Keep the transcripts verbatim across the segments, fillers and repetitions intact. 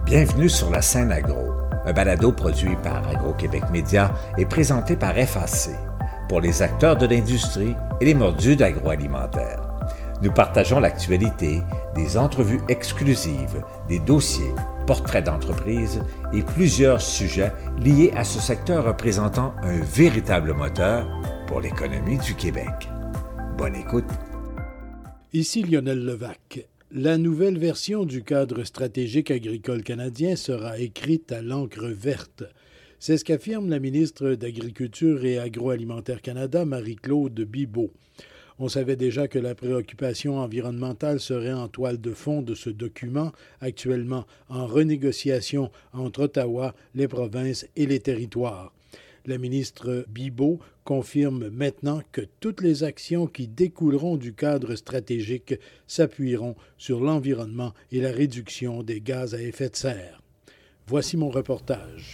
Bienvenue sur la scène agro, un balado produit par Agro-Québec Média et présenté par F A C, pour les acteurs de l'industrie et les mordus d'agroalimentaire. Nous partageons l'actualité, des entrevues exclusives, des dossiers, portraits d'entreprises et plusieurs sujets liés à ce secteur représentant un véritable moteur pour l'économie du Québec. Bonne écoute. Ici Lionel Levac. La nouvelle version du cadre stratégique agricole canadien sera écrite à l'encre verte. C'est ce qu'affirme la ministre d'Agriculture et Agroalimentaire Canada, Marie-Claude Bibeau. On savait déjà que la préoccupation environnementale serait en toile de fond de ce document, actuellement en renégociation entre Ottawa, les provinces et les territoires. La ministre Bibeau confirme maintenant que toutes les actions qui découleront du cadre stratégique s'appuieront sur l'environnement et la réduction des gaz à effet de serre. Voici mon reportage.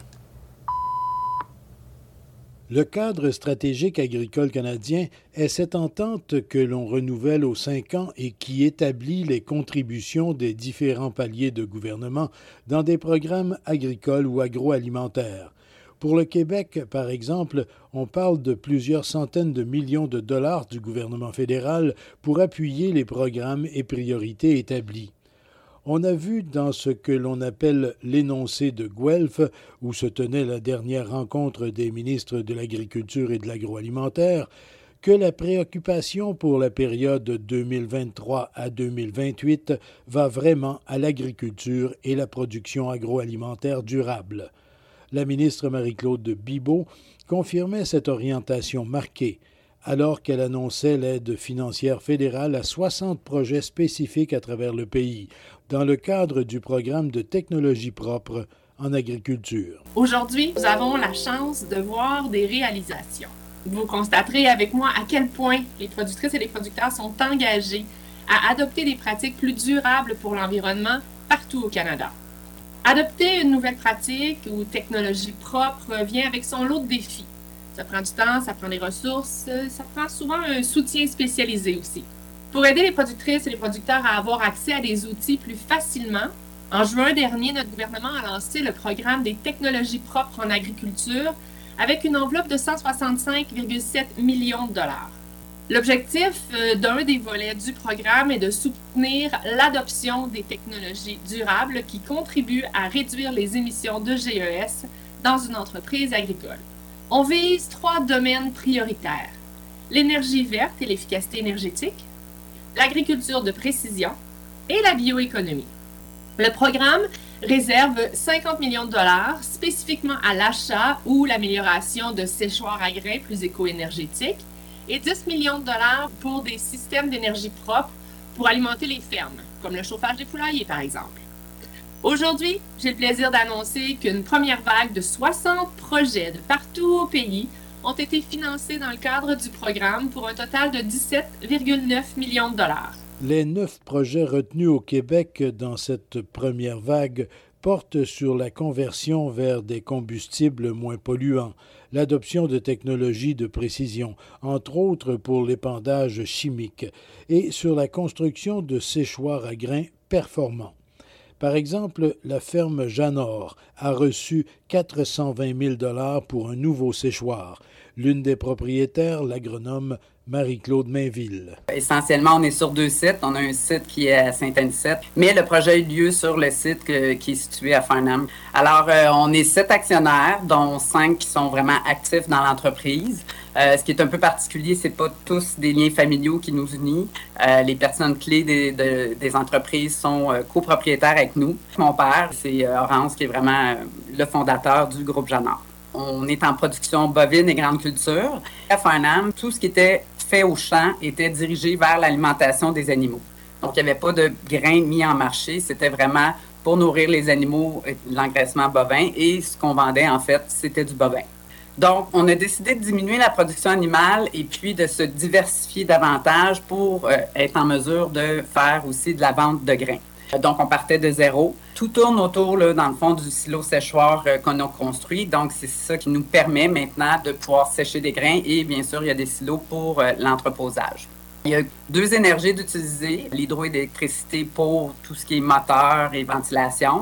Le cadre stratégique agricole canadien est cette entente que l'on renouvelle aux cinq ans et qui établit les contributions des différents paliers de gouvernement dans des programmes agricoles ou agroalimentaires. Pour le Québec, par exemple, on parle de plusieurs centaines de millions de dollars du gouvernement fédéral pour appuyer les programmes et priorités établis. On a vu dans ce que l'on appelle l'énoncé de Guelph, où se tenait la dernière rencontre des ministres de l'Agriculture et de l'Agroalimentaire, que la préoccupation pour la période deux mille vingt-trois à deux mille vingt-huit va vraiment à l'agriculture et la production agroalimentaire durable. La ministre Marie-Claude Bibeau confirmait cette orientation marquée, alors qu'elle annonçait l'aide financière fédérale à soixante projets spécifiques à travers le pays, dans le cadre du programme de technologie propre en agriculture. Aujourd'hui, nous avons la chance de voir des réalisations. Vous constaterez avec moi à quel point les productrices et les producteurs sont engagés à adopter des pratiques plus durables pour l'environnement partout au Canada. Adopter une nouvelle pratique ou technologie propre vient avec son lot de défis. Ça prend du temps, ça prend des ressources, ça prend souvent un soutien spécialisé aussi. Pour aider les productrices et les producteurs à avoir accès à des outils plus facilement, en juin dernier, notre gouvernement a lancé le programme des technologies propres en agriculture avec une enveloppe de cent soixante-cinq virgule sept millions de dollars. L'objectif d'un des volets du programme est de soutenir l'adoption des technologies durables qui contribuent à réduire les émissions de G E S dans une entreprise agricole. On vise trois domaines prioritaires: l'énergie verte et l'efficacité énergétique, l'agriculture de précision et la bioéconomie. Le programme réserve cinquante millions de dollars spécifiquement à l'achat ou l'amélioration de séchoirs à grains plus éco-énergétiques et dix millions de dollars pour des systèmes d'énergie propre pour alimenter les fermes, comme le chauffage des poulaillers par exemple. Aujourd'hui, j'ai le plaisir d'annoncer qu'une première vague de soixante projets de partout au pays ont été financés dans le cadre du programme pour un total de dix-sept virgule neuf millions de dollars. Les neuf projets retenus au Québec dans cette première vague portent sur la conversion vers des combustibles moins polluants, l'adoption de technologies de précision, entre autres pour l'épandage chimique, et sur la construction de séchoirs à grains performants. Par exemple, la ferme Janor a reçu quatre cent vingt mille dollars pour un nouveau séchoir. L'une des propriétaires, l'agronome Marie-Claude Mainville. Essentiellement, on est sur deux sites. On a un site qui est à Saint-Anicette, mais le projet a eu lieu sur le site que, qui est situé à Farnham. Alors, euh, on est sept actionnaires, dont cinq qui sont vraiment actifs dans l'entreprise. Euh, ce qui est un peu particulier, c'est pas tous des liens familiaux qui nous unissent. Euh, les personnes clés des, de, des entreprises sont euh, copropriétaires avec nous. Mon père, c'est euh, Orance, qui est vraiment euh, le fondateur du groupe Janor. On est en production bovine et grande culture. À Farnham, tout ce qui était fait au champ était dirigé vers l'alimentation des animaux. Donc, il n'y avait pas de grains mis en marché. C'était vraiment pour nourrir les animaux, l'engraissement bovin. Et ce qu'on vendait, en fait, c'était du bovin. Donc, on a décidé de diminuer la production animale et puis de se diversifier davantage pour euh, être en mesure de faire aussi de la vente de grains. Donc, on partait de zéro. Tout tourne autour, là, dans le fond, du silo séchoir euh, qu'on a construit. Donc, c'est ça qui nous permet maintenant de pouvoir sécher des grains. Et bien sûr, il y a des silos pour euh, l'entreposage. Il y a deux énergies d'utiliser, l'hydroélectricité pour tout ce qui est moteur et ventilation,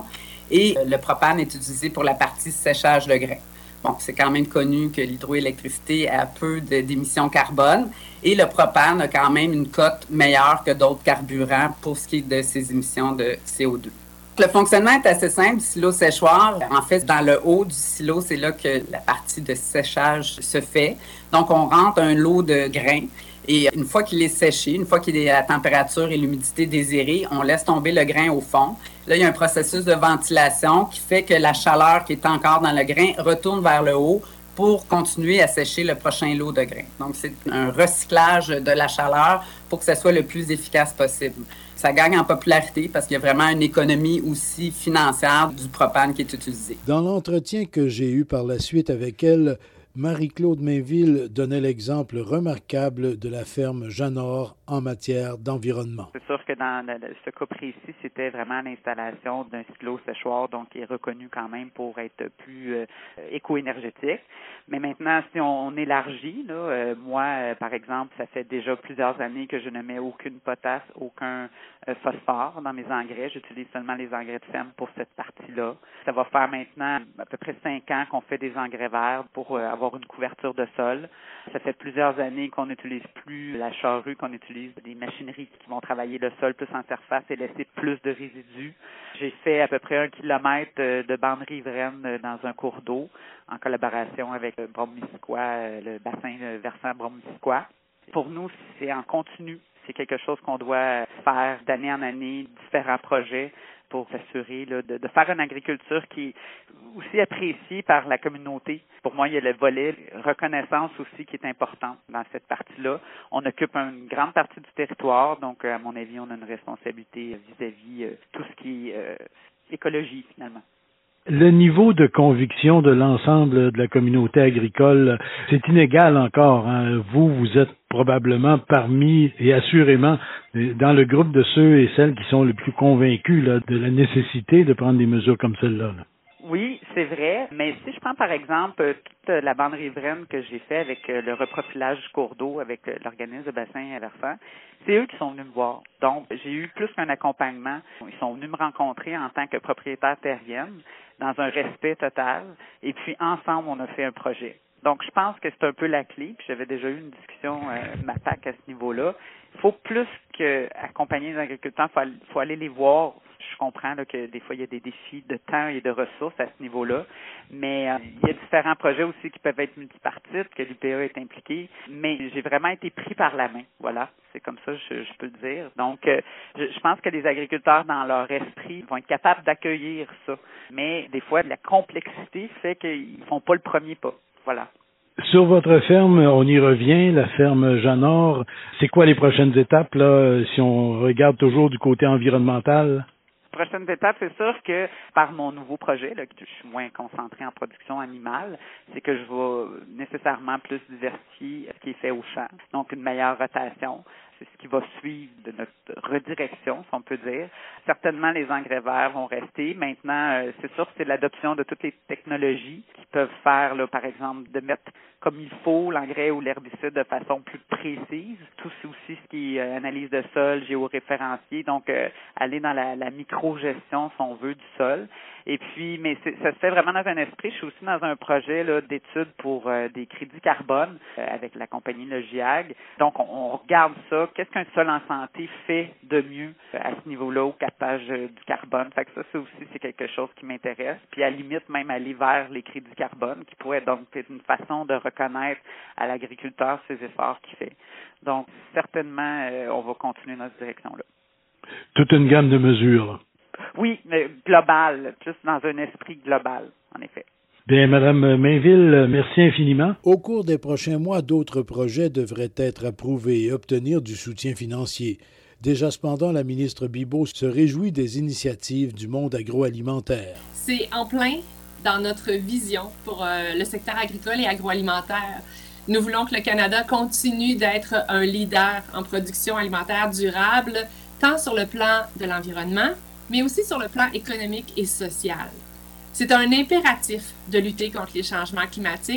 et le propane est utilisé pour la partie séchage de grains. Bon, c'est quand même connu que l'hydroélectricité a peu de, d'émissions carbone et le propane a quand même une cote meilleure que d'autres carburants pour ce qui est de ses émissions de C O deux. Le fonctionnement est assez simple du silo séchoir. En fait, dans le haut du silo, c'est là que la partie de séchage se fait. Donc, on rentre un lot de grains et une fois qu'il est séché, une fois qu'il est à la température et l'humidité désirée, on laisse tomber le grain au fond. Là, il y a un processus de ventilation qui fait que la chaleur qui est encore dans le grain retourne vers le haut pour continuer à sécher le prochain lot de grains. Donc, c'est un recyclage de la chaleur pour que ça soit le plus efficace possible. Ça gagne en popularité parce qu'il y a vraiment une économie aussi financière du propane qui est utilisé. Dans l'entretien que j'ai eu par la suite avec elle, Marie-Claude Mainville donnait l'exemple remarquable de la ferme Janor en matière d'environnement. C'est sûr que dans ce cas précis, c'était vraiment l'installation d'un silo séchoir, donc qui est reconnu quand même pour être plus euh, éco-énergétique. Mais maintenant, si on élargit, là, euh, moi, euh, par exemple, ça fait déjà plusieurs années que je ne mets aucune potasse, aucun euh, phosphore dans mes engrais. J'utilise seulement les engrais de ferme pour cette partie-là. Ça va faire maintenant à peu près cinq ans qu'on fait des engrais verts pour euh, avoir une couverture de sol. Ça fait plusieurs années qu'on n'utilise plus la charrue, qu'on utilise des machineries qui vont travailler le sol plus en surface et laisser plus de résidus. J'ai fait à peu près un kilomètre de bande riveraine dans un cours d'eau en collaboration avec le Brome-Missisquoi, le bassin versant Brome-Missisquoi. Pour nous, c'est en continu. C'est quelque chose qu'on doit faire d'année en année, différents projets pour s'assurer là, de, de faire une agriculture qui est aussi appréciée par la communauté. Pour moi, il y a le volet reconnaissance aussi qui est important dans cette partie-là. On occupe une grande partie du territoire, donc à mon avis, on a une responsabilité vis-à-vis euh, tout ce qui est euh, écologie finalement. Le niveau de conviction de l'ensemble de la communauté agricole, c'est inégal encore. Hein. Vous, vous êtes probablement parmi et assurément dans le groupe de ceux et celles qui sont les plus convaincus là, de la nécessité de prendre des mesures comme celle-là. Là. Oui, c'est vrai, mais si je prends par exemple toute la bande riveraine que j'ai fait avec le reprofilage du cours d'eau avec l'organisme de bassin versant, c'est eux qui sont venus me voir. Donc, j'ai eu plus qu'un accompagnement. Ils sont venus me rencontrer en tant que propriétaire terrienne, dans un respect total, et puis ensemble, on a fait un projet. Donc, je pense que c'est un peu la clé, puis j'avais déjà eu une discussion euh, M A P A C à ce niveau-là. Il faut plus qu'accompagner les agriculteurs, il faut, faut aller les voir. Je comprends là, que des fois, il y a des défis de temps et de ressources à ce niveau-là, mais euh, il y a différents projets aussi qui peuvent être multipartites, que l'U P A est impliqué, mais j'ai vraiment été pris par la main. Voilà, c'est comme ça, je, je peux le dire. Donc, euh, je, je pense que les agriculteurs, dans leur esprit, vont être capables d'accueillir ça, mais des fois, la complexité fait qu'ils ne font pas le premier pas. Voilà. Sur votre ferme, on y revient, la ferme Janor. C'est quoi les prochaines étapes, là, si on regarde toujours du côté environnemental? Prochaines étapes, c'est sûr que par mon nouveau projet, là, que je suis moins concentré en production animale, c'est que je vais nécessairement plus diversifier ce qui est fait au champ, donc une meilleure rotation. C'est ce qui va suivre de notre redirection, si on peut dire. Certainement, les engrais verts vont rester. Maintenant, euh, c'est sûr que c'est l'adoption de toutes les technologies qui peuvent faire, là, par exemple, de mettre comme il faut l'engrais ou l'herbicide de façon plus précise. Tout c'est aussi ce qui est euh, analyse de sol, géoréférencié, donc euh, aller dans la, la micro-gestion, si on veut, du sol. Et puis, mais c'est, ça se fait vraiment dans un esprit. Je suis aussi dans un projet là, d'études pour euh, des crédits carbone euh, avec la compagnie le GIAG. Donc, on, on regarde ça. Qu'est-ce qu'un sol en santé fait de mieux euh, à ce niveau-là au captage euh, du carbone? Fait que ça, ça aussi, c'est quelque chose qui m'intéresse. Puis, à la limite, même aller vers les crédits carbone, qui pourrait donc être une façon de reconnaître à l'agriculteur ses efforts qu'il fait. Donc, certainement, euh, on va continuer dans cette direction-là. Toute une gamme de mesures, là. Oui, mais global, plus dans un esprit global, en effet. Bien, Madame Mainville, merci infiniment. Au cours des prochains mois, d'autres projets devraient être approuvés et obtenir du soutien financier. Déjà, cependant, la ministre Bibeau se réjouit des initiatives du monde agroalimentaire. C'est en plein dans notre vision pour euh, le secteur agricole et agroalimentaire. Nous voulons que le Canada continue d'être un leader en production alimentaire durable, tant sur le plan de l'environnement, mais aussi sur le plan économique et social. C'est un impératif de lutter contre les changements climatiques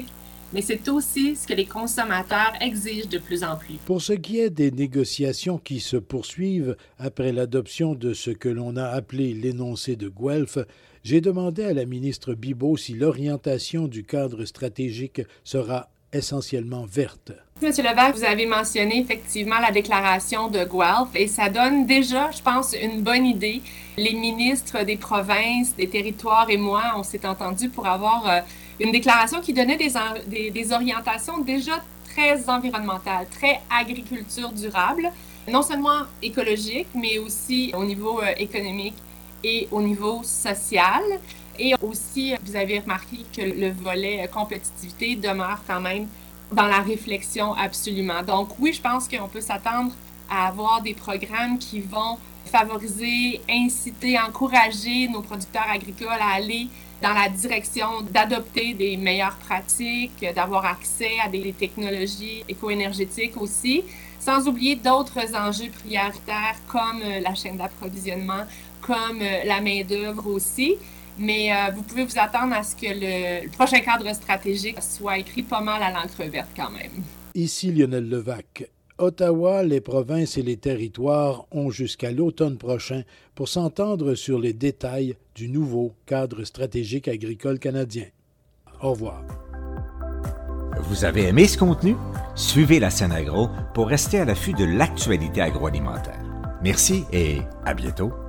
mais c'est aussi ce que les consommateurs exigent de plus en plus. Pour ce qui est des négociations qui se poursuivent après l'adoption de ce que l'on a appelé l'énoncé de Guelph, j'ai demandé à la ministre Bibeau si l'orientation du cadre stratégique sera essentiellement verte. Monsieur Levesque, vous avez mentionné effectivement la déclaration de Guelph et ça donne déjà, je pense, une bonne idée. Les ministres des provinces, des territoires et moi, on s'est entendus pour avoir euh, une déclaration qui donnait des, des, des orientations déjà très environnementales, très agriculture durable, non seulement écologique, mais aussi au niveau euh, économique et au niveau social. Et aussi, vous avez remarqué que le volet compétitivité demeure quand même dans la réflexion absolument. Donc oui, je pense qu'on peut s'attendre à avoir des programmes qui vont favoriser, inciter, encourager nos producteurs agricoles à aller dans la direction d'adopter des meilleures pratiques, d'avoir accès à des technologies éco-énergétiques aussi, sans oublier d'autres enjeux prioritaires comme la chaîne d'approvisionnement, comme la main-d'œuvre aussi. Mais euh, vous pouvez vous attendre à ce que le, le prochain cadre stratégique soit écrit pas mal à l'encre verte quand même. Ici Lionel Levac. Ottawa, les provinces et les territoires ont jusqu'à l'automne prochain pour s'entendre sur les détails du nouveau cadre stratégique agricole canadien. Au revoir. Vous avez aimé ce contenu? Suivez la scène agro pour rester à l'affût de l'actualité agroalimentaire. Merci et à bientôt.